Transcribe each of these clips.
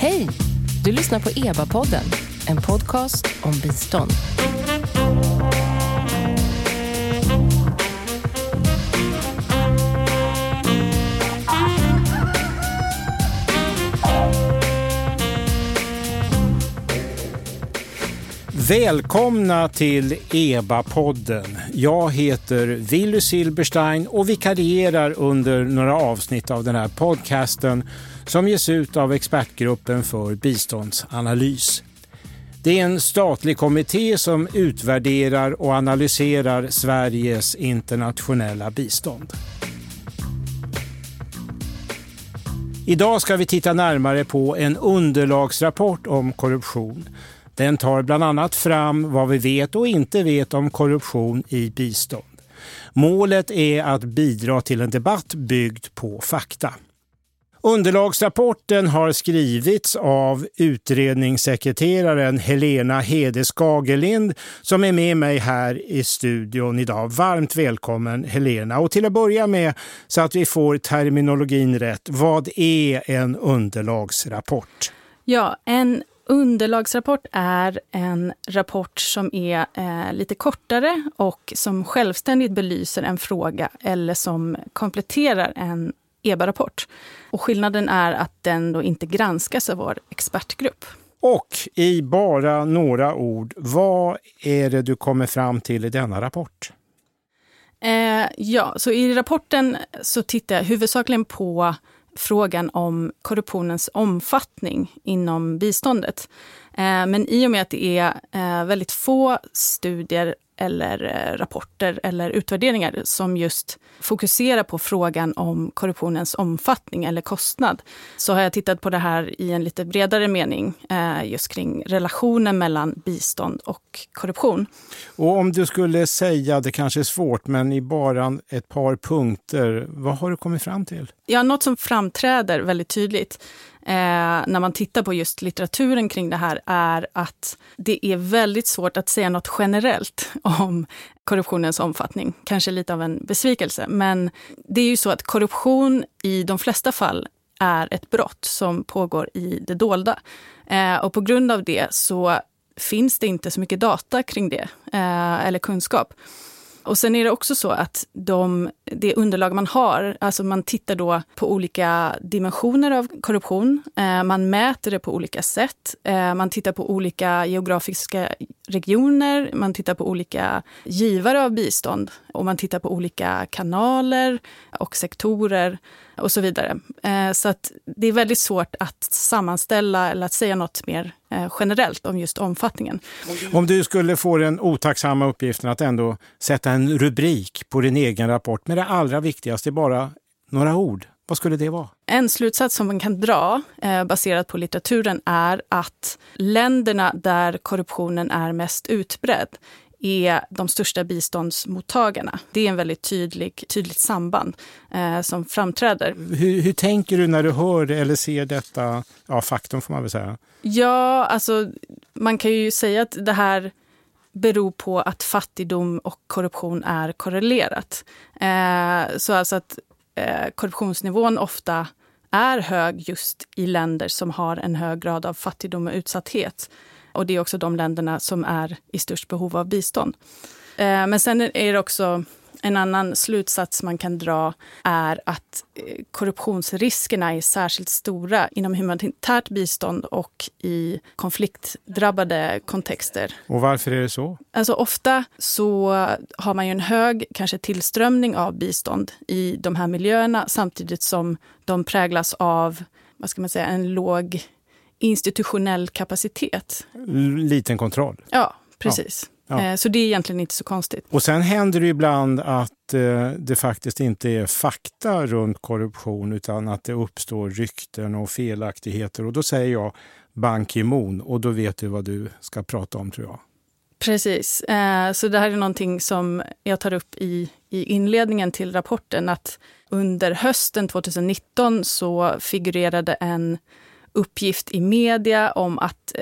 Hej! Du lyssnar på EBA-podden, en podcast om bistånd. Välkomna till EBA-podden. Jag heter Willy Silberstein och vikarierar under några avsnitt av den här podcasten som ges ut av expertgruppen för biståndsanalys. Det är en statlig kommitté som utvärderar och analyserar Sveriges internationella bistånd. Idag ska vi titta närmare på en underlagsrapport om korruption. Den tar bland annat fram vad vi vet och inte vet om korruption i bistånd. Målet är att bidra till en debatt byggd på fakta. Underlagsrapporten har skrivits av utredningssekreteraren Helena Hede Skagerlind som är med mig här i studion idag. Varmt välkommen Helena. Och till att börja med, så att vi får terminologin rätt, vad är en underlagsrapport? Ja, en underlagsrapport är en rapport som är lite kortare och som självständigt belyser en fråga eller som kompletterar en EBA-rapport. Och skillnaden är att den då inte granskas av vår expertgrupp. Och i bara några ord, vad är det du kommer fram till i denna rapport? Så i rapporten så tittar jag huvudsakligen på frågan om korruptionens omfattning inom biståndet. Men i och med att det är väldigt få studier eller rapporter eller utvärderingar som just fokuserar på frågan om korruptionens omfattning eller kostnad, så har jag tittat på det här i en lite bredare mening just kring relationen mellan bistånd och korruption. Och om du skulle säga, det kanske är svårt, men i bara ett par punkter, vad har du kommit fram till? Ja, något som framträder väldigt tydligt när man tittar på just litteraturen kring det här är att det är väldigt svårt att säga något generellt om korruptionens omfattning. Kanske lite av en besvikelse, men det är ju så att korruption i de flesta fall är ett brott som pågår i det dolda. Och på grund av det så finns det inte så mycket data kring det eller kunskap. Och sen är det också så att det underlag man har, alltså man tittar då på olika dimensioner av korruption, man mäter det på olika sätt, man tittar på olika geografiska regioner, man tittar på olika givare av bistånd och man tittar på olika kanaler och sektorer och så vidare. Så att det är väldigt svårt att sammanställa eller att säga något mer generellt om just omfattningen. Om du skulle få den otacksamma uppgiften att ändå sätta en rubrik på din egen rapport med det allra viktigaste, bara några ord, vad skulle det vara? En slutsats som man kan dra baserat på litteraturen är att länderna där korruptionen är mest utbredd är de största biståndsmottagarna. Det är en väldigt tydligt samband som framträder. Hur tänker du när du hör eller ser detta faktum, får man väl säga? Ja, alltså man kan ju säga att det här beror på att fattigdom och korruption är korrelerat. Så alltså att korruptionsnivån ofta är hög just i länder som har en hög grad av fattigdom och utsatthet. Och det är också de länderna som är i störst behov av bistånd. Men sen är det också en annan slutsats man kan dra är att korruptionsriskerna är särskilt stora inom humanitärt bistånd och i konfliktdrabbade kontexter. Och varför är det så? Alltså ofta så har man ju en hög kanske tillströmning av bistånd i de här miljöerna samtidigt som de präglas av, vad ska man säga, en låg institutionell kapacitet. Liten kontroll. Ja, precis. Ja. Så det är egentligen inte så konstigt. Och sen händer det ibland att det faktiskt inte är fakta runt korruption utan att det uppstår rykten och felaktigheter. Och då säger jag Ban Ki-moon och då vet du vad du ska prata om, tror jag. Precis. Så det här är någonting som jag tar upp i inledningen till rapporten, att under hösten 2019 så figurerade en uppgift i media om att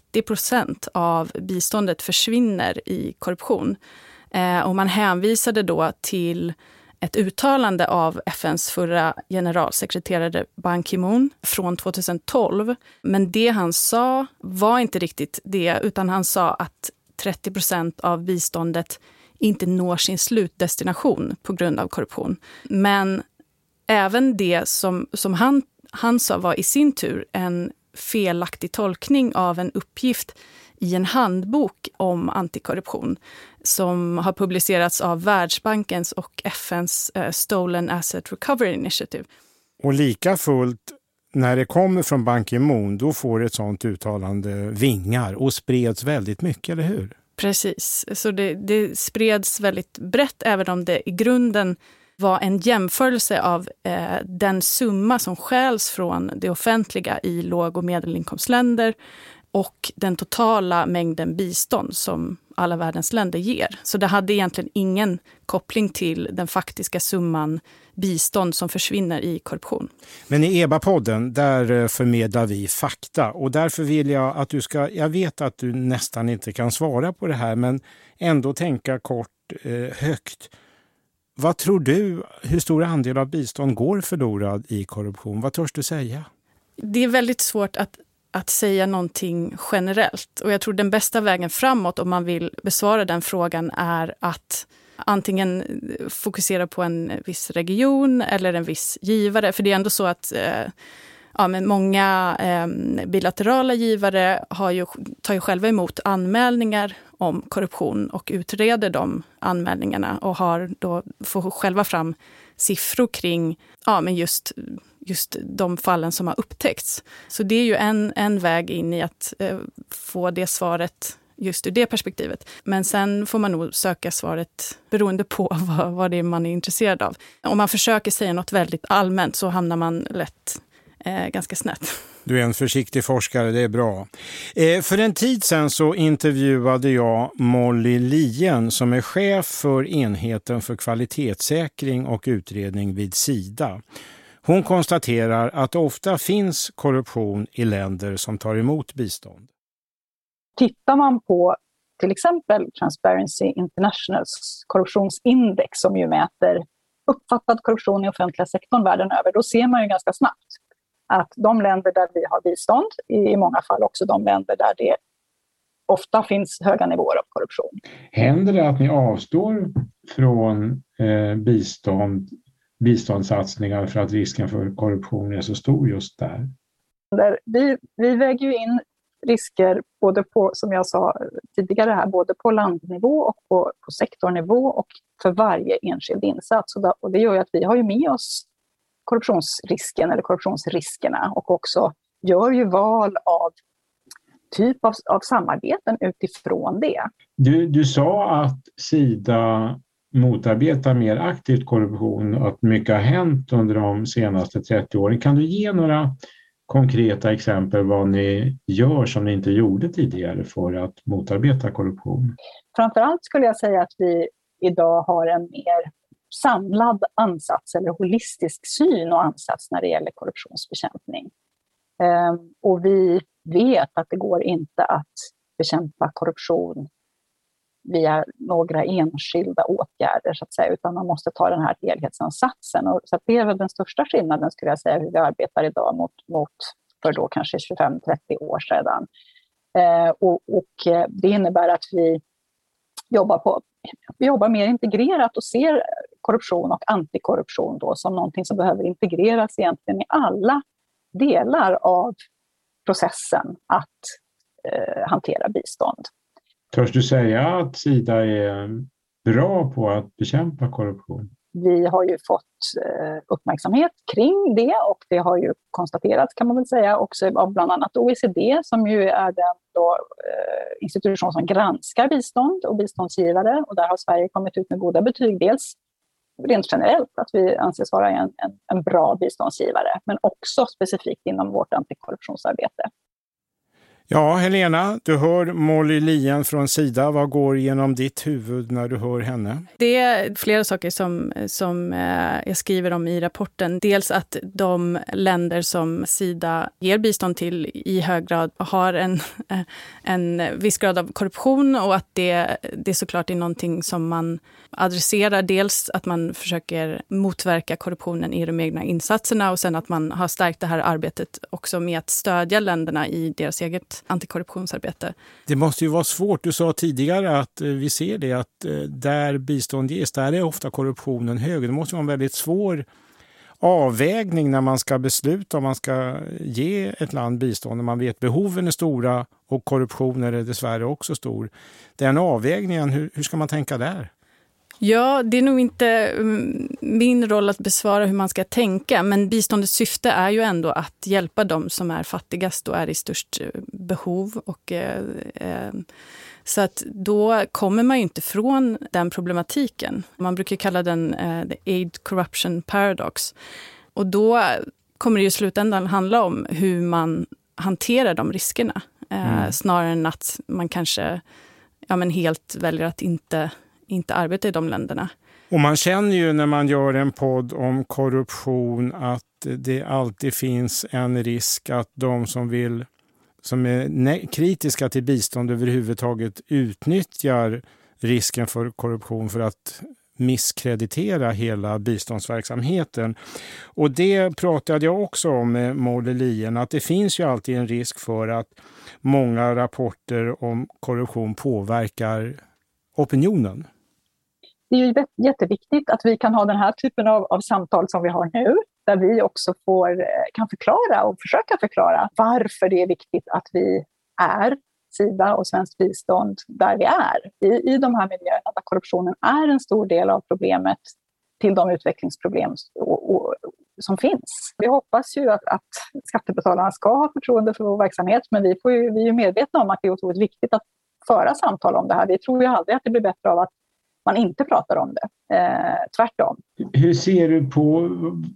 30% av biståndet försvinner i korruption. Och man hänvisade då till ett uttalande av FNs förra generalsekreterare Ban Ki-moon från 2012. Men det han sa var inte riktigt det, utan han sa att 30% av biståndet inte når sin slutdestination på grund av korruption. Men även det som han sa var i sin tur en felaktig tolkning av en uppgift i en handbok om antikorruption som har publicerats av Världsbankens och FNs Stolen Asset Recovery Initiative. Och lika fullt, när det kommer från Ban Ki-moon, då får ett sådant uttalande vingar och spreds väldigt mycket, eller hur? Precis, så det spreds väldigt brett, även om det i grunden var en jämförelse av den summa som skäls från det offentliga i låg- och medelinkomstländer och den totala mängden bistånd som alla världens länder ger. Så det hade egentligen ingen koppling till den faktiska summan bistånd som försvinner i korruption. Men i EBA-podden, där förmedlar vi fakta, och därför vill jag att jag vet att du nästan inte kan svara på det här, men ändå tänka kort, högt. Vad tror du, hur stor andel av bistånd går förlorad i korruption? Vad törs du säga? Det är väldigt svårt att säga någonting generellt. Och jag tror den bästa vägen framåt om man vill besvara den frågan är att antingen fokusera på en viss region eller en viss givare. För det är ändå så att men många bilaterala givare tar ju själva emot anmälningar om korruption och utreder de anmälningarna och får själva fram siffror kring men just de fallen som har upptäckts. Så det är ju en väg in i att få det svaret just ur det perspektivet. Men sen får man nog söka svaret beroende på vad det är man är intresserad av. Om man försöker säga något väldigt allmänt så hamnar man lätt ganska snett. Du är en försiktig forskare, det är bra. För en tid sedan så intervjuade jag Molly Lien som är chef för enheten för kvalitetssäkring och utredning vid SIDA. Hon konstaterar att det ofta finns korruption i länder som tar emot bistånd. Tittar man på till exempel Transparency Internationals korruptionsindex som ju mäter uppfattad korruption i offentliga sektorn världen över, då ser man ju ganska snabbt att de länder där vi har bistånd, i många fall också de länder där det ofta finns höga nivåer av korruption. Händer det att ni avstår från biståndssatsningar för att risken för korruption är så stor just där? Vi väger ju in risker både på, som jag sa tidigare här, både på landnivå och på sektornivå och för varje enskild insats. Och det gör ju att vi har ju med oss korruptionsrisken eller korruptionsriskerna och också gör ju val av typ av samarbeten utifrån det. Du sa att SIDA motarbetar mer aktivt korruption och att mycket har hänt under de senaste 30 åren. Kan du ge några konkreta exempel vad ni gör som ni inte gjorde tidigare för att motarbeta korruption? Framförallt skulle jag säga att vi idag har en mer samlad ansats eller holistisk syn och ansats när det gäller korruptionsbekämpning. Och vi vet att det går inte att bekämpa korruption via några enskilda åtgärder så att säga, utan man måste ta den här helhetsansatsen. Och så att det är väl den största skillnaden skulle jag säga hur vi arbetar idag mot för då kanske 25-30 år sedan. Och det innebär att vi jobbar mer integrerat och ser korruption och antikorruption då som någonting som behöver integreras egentligen i alla delar av processen att hantera bistånd. Törs du säga att SIDA är bra på att bekämpa korruption? Vi har ju fått uppmärksamhet kring det och det har ju konstaterats kan man väl säga också av bland annat OECD som ju är den institution som granskar bistånd och biståndsgivare och där har Sverige kommit ut med goda betyg. Dels rent generellt att vi anses vara en bra biståndsgivare men också specifikt inom vårt antikorruptionsarbete. Ja, Helena, du hör Molly Lien från Sida. Vad går genom ditt huvud när du hör henne? Det är flera saker som jag skriver om i rapporten. Dels att de länder som Sida ger bistånd till i hög grad har en viss grad av korruption, och att det såklart är någonting som man adresserar. Dels att man försöker motverka korruptionen i de egna insatserna, och sen att man har stärkt det här arbetet också med att stödja länderna i deras eget antikorruptionsarbete. Det måste ju vara svårt. Du sa tidigare att vi ser det, att där bistånd ges, där är ofta korruptionen hög. Det måste vara en väldigt svår avvägning när man ska besluta om man ska ge ett land bistånd, när man vet behoven är stora och korruptionen är dessvärre också stor. Den avvägningen, hur ska man tänka där? Ja, det är nog inte min roll att besvara hur man ska tänka, men biståndets syfte är ju ändå att hjälpa dem som är fattigast och är i störst behov. Så att då kommer man ju inte från den problematiken. Man brukar kalla den the aid corruption paradox. Och då kommer det ju i slutändan handla om hur man hanterar de riskerna. Snarare än att man kanske helt väljer att inte arbeta i de länderna. Och man känner ju när man gör en podd om korruption att det alltid finns en risk att de som är kritiska till bistånd överhuvudtaget utnyttjar risken för korruption för att misskreditera hela biståndsverksamheten. Och det pratade jag också om med Molly Lien, att det finns ju alltid en risk för att många rapporter om korruption påverkar opinionen. Det är ju jätteviktigt att vi kan ha den här typen av samtal som vi har nu, där vi också kan förklara och försöka förklara varför det är viktigt att vi är Sida och svenskt bistånd där vi är. I de här miljöerna där korruptionen är en stor del av problemet till de utvecklingsproblem som finns. Vi hoppas ju att skattebetalarna ska ha förtroende för vår verksamhet, men vi är ju medvetna om att det är otroligt viktigt att föra samtal om det här. Vi tror ju aldrig att det blir bättre av att man inte pratar om det. Tvärtom. Hur ser du på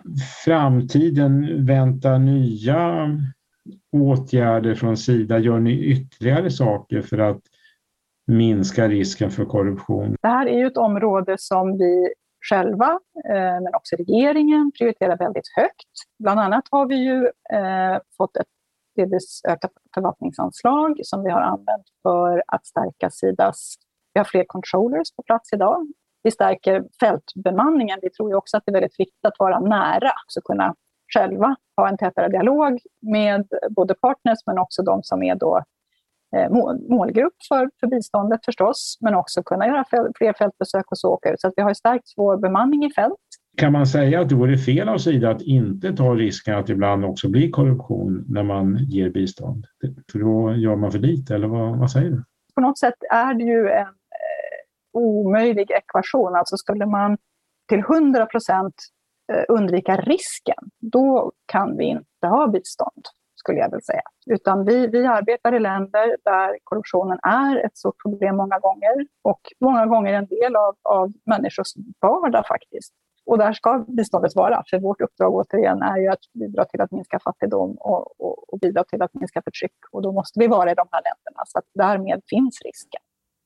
framtiden? Väntar nya åtgärder från Sida? Gör ni ytterligare saker för att minska risken för korruption? Det här är ju ett område som vi själva, men också regeringen, prioriterar väldigt högt. Bland annat har vi ju fått ett delvis ökat förvaltningsanslag som vi har använt för att stärka Sidas. Vi har fler controllers på plats idag. Vi stärker fältbemanningen. Vi tror ju också att det är väldigt viktigt att vara nära, så kunna själva ha en tätare dialog med både partners men också de som är då målgrupp för biståndet förstås, men också kunna göra fler fältbesök och så åker. Så att vi har stärkt vår bemanning i fält. Kan man säga att det vore fel av Sida att inte ta risken att ibland också blir korruption när man ger bistånd? För då gör man för lite, eller vad säger du? På något sätt är det ju en omöjlig ekvation. Alltså skulle man till 100% undvika risken, då kan vi inte ha bistånd, skulle jag väl säga. Utan vi arbetar i länder där korruptionen är ett stort problem många gånger, och många gånger en del av människors vardag faktiskt. Och där ska biståndet vara, för vårt uppdrag återigen är ju att bidra till att minska fattigdom och bidra till att minska förtryck. Och då måste vi vara i de här länderna, så att därmed finns risken.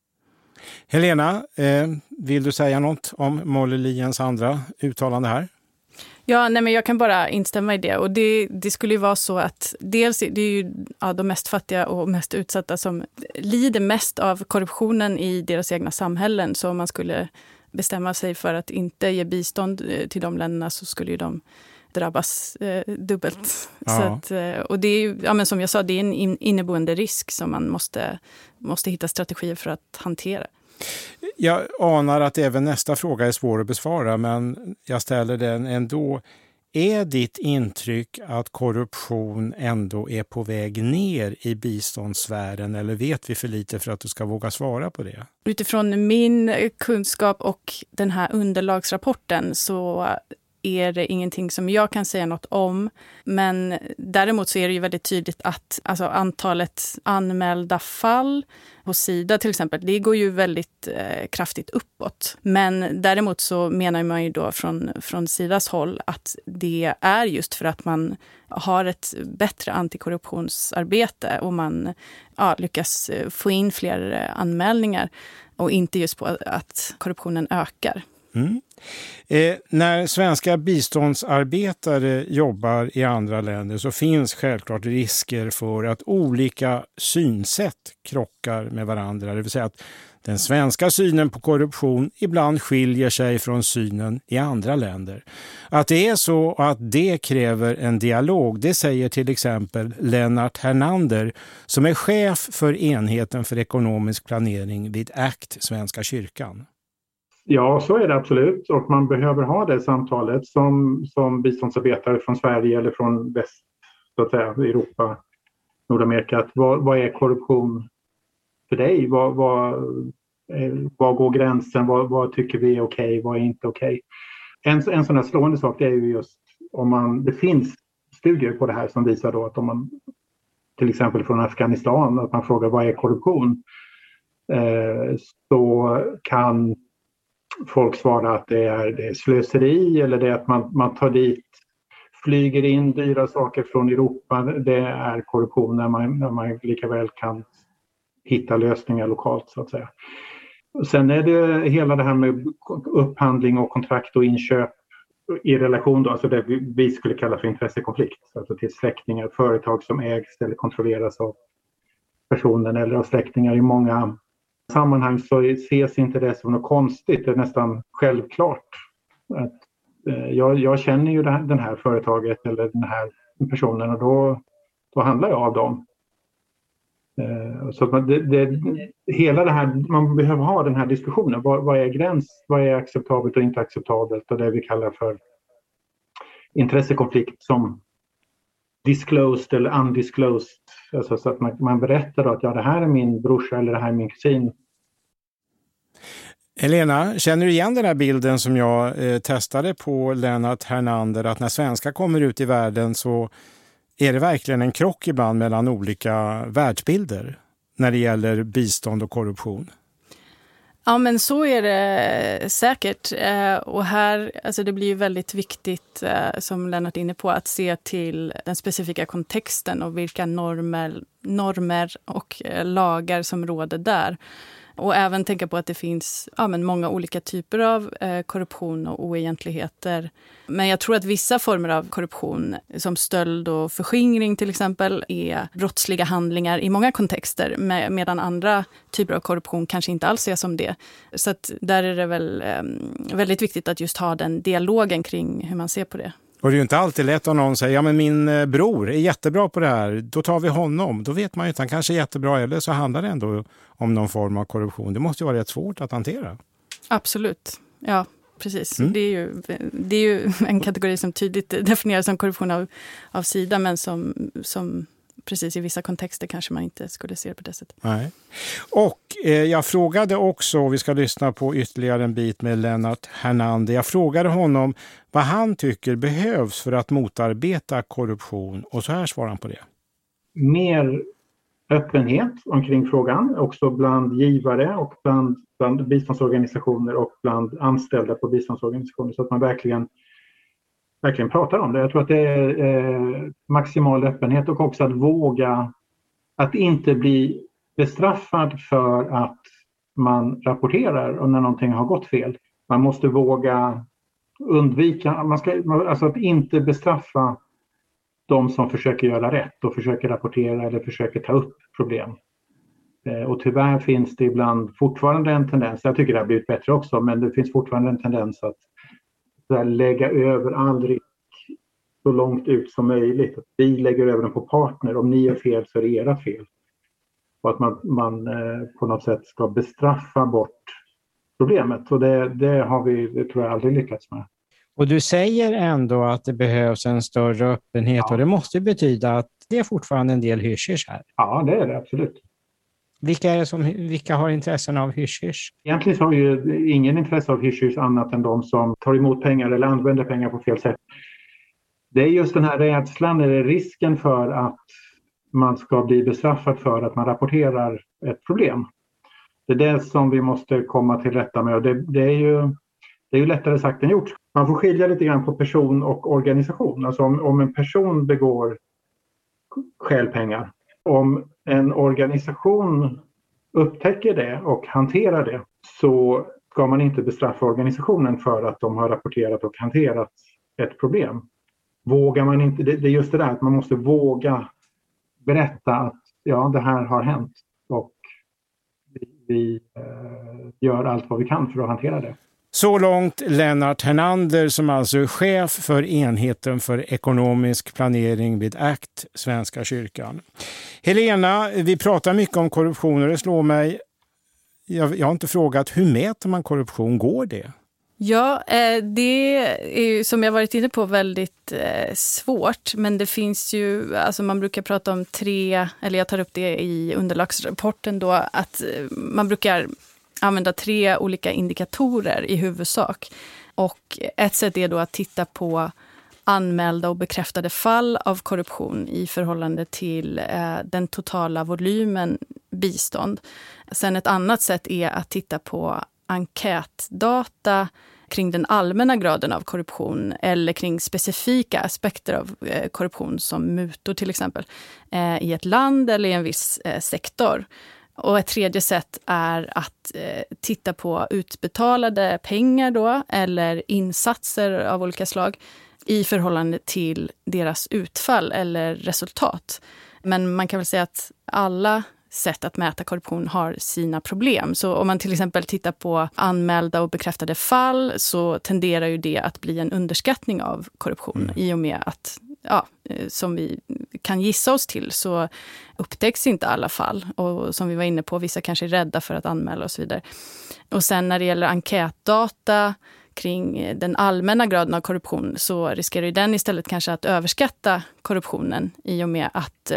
Helena, vill du säga något om Molly Liens andra uttalande här? Ja, men jag kan bara instämma i det. Och det skulle ju vara så att dels det är ju de mest fattiga och mest utsatta som lider mest av korruptionen i deras egna samhällen. Så om man skulle bestämma sig för att inte ge bistånd till de länderna, så skulle ju de drabbas dubbelt. Ja. Så att, och det är ju, men som jag sa, det är en inneboende risk som man måste hitta strategier för att hantera. Jag anar att även nästa fråga är svår att besvara, men jag ställer den ändå. Är ditt intryck att korruption ändå är på väg ner i biståndssfären, eller vet vi för lite för att du ska våga svara på det? Utifrån min kunskap och den här underlagsrapporten så är det ingenting som jag kan säga något om. Men däremot så är det ju väldigt tydligt att alltså, antalet anmälda fall hos Sida till exempel, det går ju väldigt kraftigt uppåt. Men däremot så menar man ju då från Sidas håll att det är just för att man har ett bättre antikorruptionsarbete och man lyckas få in fler anmälningar och inte just på att korruptionen ökar. Mm. När svenska biståndsarbetare jobbar i andra länder så finns självklart risker för att olika synsätt krockar med varandra. Det vill säga att den svenska synen på korruption ibland skiljer sig från synen i andra länder. Att det är så och att det kräver en dialog, det säger till exempel Lennart Hernander som är chef för enheten för ekonomisk planering vid ACT, Svenska kyrkan. Ja, så är det absolut. Och man behöver ha det samtalet som biståndsarbetare från Sverige eller från väst, så att säga, Europa, Nordamerika. Vad är korruption för dig? Vad går gränsen? Vad tycker vi är okej? Vad är inte okej? En sån här slående sak det är ju just det finns studier på det här som visar då att om man till exempel från Afghanistan, att man frågar vad är korruption? Så kan folk svara att det är slöseri eller det är att man tar dit, flyger in dyra saker från Europa. Det är korruption när man lika väl kan hitta lösningar lokalt så att säga. Sen är det hela det här med upphandling och kontrakt och inköp i relation då, alltså det vi skulle kalla för intressekonflikt. Alltså till släktingar, företag som ägs eller kontrolleras av personen eller av släktingar. I många sammanhang så ses inte det som något konstigt, det är nästan självklart. Att, jag känner ju den här företaget eller den här personen och då handlar jag av dem. Så att hela det här, man behöver ha den här diskussionen. Vad är gräns? Vad är acceptabelt och inte acceptabelt? Och det vi kallar för intressekonflikt som disclosed eller undisclosed. Alltså så att man berättar då att det här är min brorsa eller det här är min kusin. Helena, känner du igen den här bilden som jag testade på Lennart Hernander, att när svenskar kommer ut i världen så är det verkligen en krock ibland mellan olika världsbilder när det gäller bistånd och korruption? Ja, men så är det säkert. Och här, alltså det blir ju väldigt viktigt, som Lennart är inne på, att se till den specifika kontexten och vilka normer och lagar som råder där. Och även tänka på att det finns många olika typer av korruption och oegentligheter. Men jag tror att vissa former av korruption, som stöld och förskingring till exempel, är brottsliga handlingar i många kontexter. Medan andra typer av korruption kanske inte alls är som det. Så att där är det väl väldigt viktigt att just ha den dialogen kring hur man ser på det. Och det är ju inte alltid lätt om någon säger, men min bror är jättebra på det här, då tar vi honom. Då vet man ju att han kanske är jättebra, eller så handlar det ändå om någon form av korruption. Det måste ju vara rätt svårt att hantera. Absolut, ja precis. Det är ju en kategori som tydligt definieras som korruption av Sida, men som precis i vissa kontexter kanske man inte skulle se det på det sättet. Nej. Och jag frågade också, vi ska lyssna på ytterligare en bit med Lennart Hernander. Jag frågade honom vad han tycker behövs för att motarbeta korruption, och så här svarar han på det. Mer öppenhet omkring frågan, också bland givare och bland biståndsorganisationer och bland anställda på biståndsorganisationer, så att man verkligen pratar om det. Jag tror att det är maximal öppenhet och också att våga att inte bli bestraffad för att man rapporterar och när någonting har gått fel. Man måste våga undvika, alltså att inte bestraffa de som försöker göra rätt och försöker rapportera eller försöker ta upp problem. Och tyvärr finns det ibland fortfarande en tendens, jag tycker det har blivit bättre också, men det finns fortfarande en tendens att lägga över all risk så långt ut som möjligt. Att vi lägger över den på partner. Om ni är fel så är det ert fel. Och att man på något sätt ska bestraffa bort problemet. Och det har det tror jag aldrig lyckats med. Och du säger ändå att det behövs en större öppenhet, och det måste betyda att det är fortfarande en del hysch här. Ja, det är det absolut. Vilka har intressen av hysch-hysch? Egentligen så har ju ingen intresse av hysch-hysch annat än de som tar emot pengar eller använder pengar på fel sätt. Det är just den här rädslan eller risken för att man ska bli bestraffad för att man rapporterar ett problem. Det är det som vi måste komma till rätta med, och det är ju lättare sagt än gjort. Man får skilja lite grann på person och organisation. Alltså om en person stjäl pengar, om en organisation upptäcker det och hanterar det, så ska man inte bestraffa organisationen för att de har rapporterat och hanterat ett problem. Vågar man inte, det är just det där att man måste våga berätta att ja, det här har hänt och vi gör allt vad vi kan för att hantera det. Så långt Lennart Hernander, som alltså är chef för enheten för ekonomisk planering vid ACT, Svenska kyrkan. Helena, vi pratar mycket om korruption och det slår mig. Jag har inte frågat, hur mäter man korruption? Går det? Ja, det är ju som jag varit inne på väldigt svårt, men det finns ju, alltså man brukar prata om eller jag tar upp det i underlagsrapporten då, att man brukar använda 3 olika indikatorer i huvudsak. Och ett sätt är då att titta på anmälda och bekräftade fall av korruption i förhållande till den totala volymen bistånd. Sen ett annat sätt är att titta på enkätdata kring den allmänna graden av korruption eller kring specifika aspekter av korruption som mutor till exempel i ett land eller i en viss sektor. Och ett tredje sätt är att titta på utbetalade pengar då, eller insatser av olika slag i förhållande till deras utfall eller resultat. Men man kan väl säga att alla sätt att mäta korruption har sina problem. Så om man till exempel tittar på anmälda och bekräftade fall, så tenderar ju det att bli en underskattning av korruption i och med att, som vi kan gissa oss till, så upptäcks inte alla fall. Och som vi var inne på, vissa kanske är rädda för att anmäla och så vidare. Och sen när det gäller enkätdata kring den allmänna graden av korruption, så riskerar ju den istället kanske att överskatta korruptionen i och med att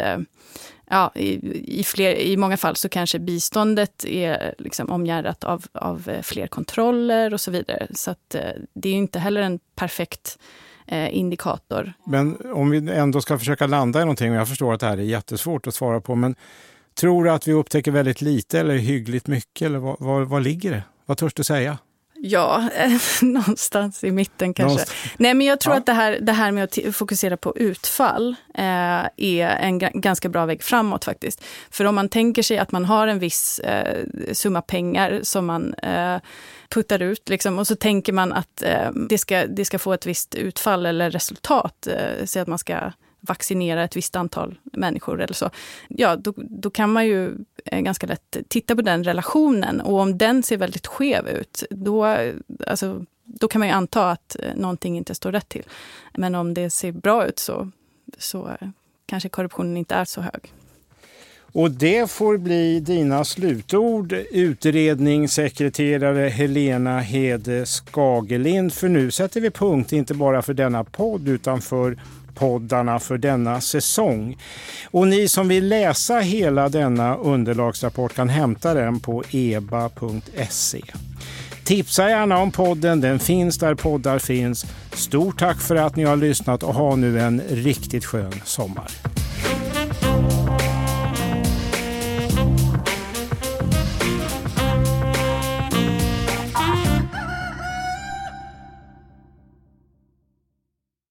i många fall så kanske biståndet är liksom omgärdat av fler kontroller och så vidare. Så att det är ju inte heller en perfekt indikator. Men om vi ändå ska försöka landa i någonting, och jag förstår att det här är jättesvårt att svara på, men tror du att vi upptäcker väldigt lite eller hyggligt mycket, eller vad ligger det? Vad törs du säga? Ja, någonstans i mitten kanske. Nej, men jag tror att det här med att fokusera på utfall är en ganska bra väg framåt faktiskt. För om man tänker sig att man har en viss summa pengar som man puttar ut liksom, och så tänker man att det ska få ett visst utfall eller resultat, så att man ska vaccinera ett visst antal människor eller så. Ja, då kan man ju ganska lätt titta på den relationen, och om den ser väldigt skev ut, då kan man ju anta att någonting inte står rätt till. Men om det ser bra ut så kanske korruptionen inte är så hög. Och det får bli dina slutord, utredningssekreterare Helena Hede Skagelind. För nu sätter vi punkt, inte bara för denna podd utan för poddarna för denna säsong. Och ni som vill läsa hela denna underlagsrapport kan hämta den på eba.se. Tipsa gärna om podden, den finns där poddar finns. Stort tack för att ni har lyssnat och ha nu en riktigt skön sommar.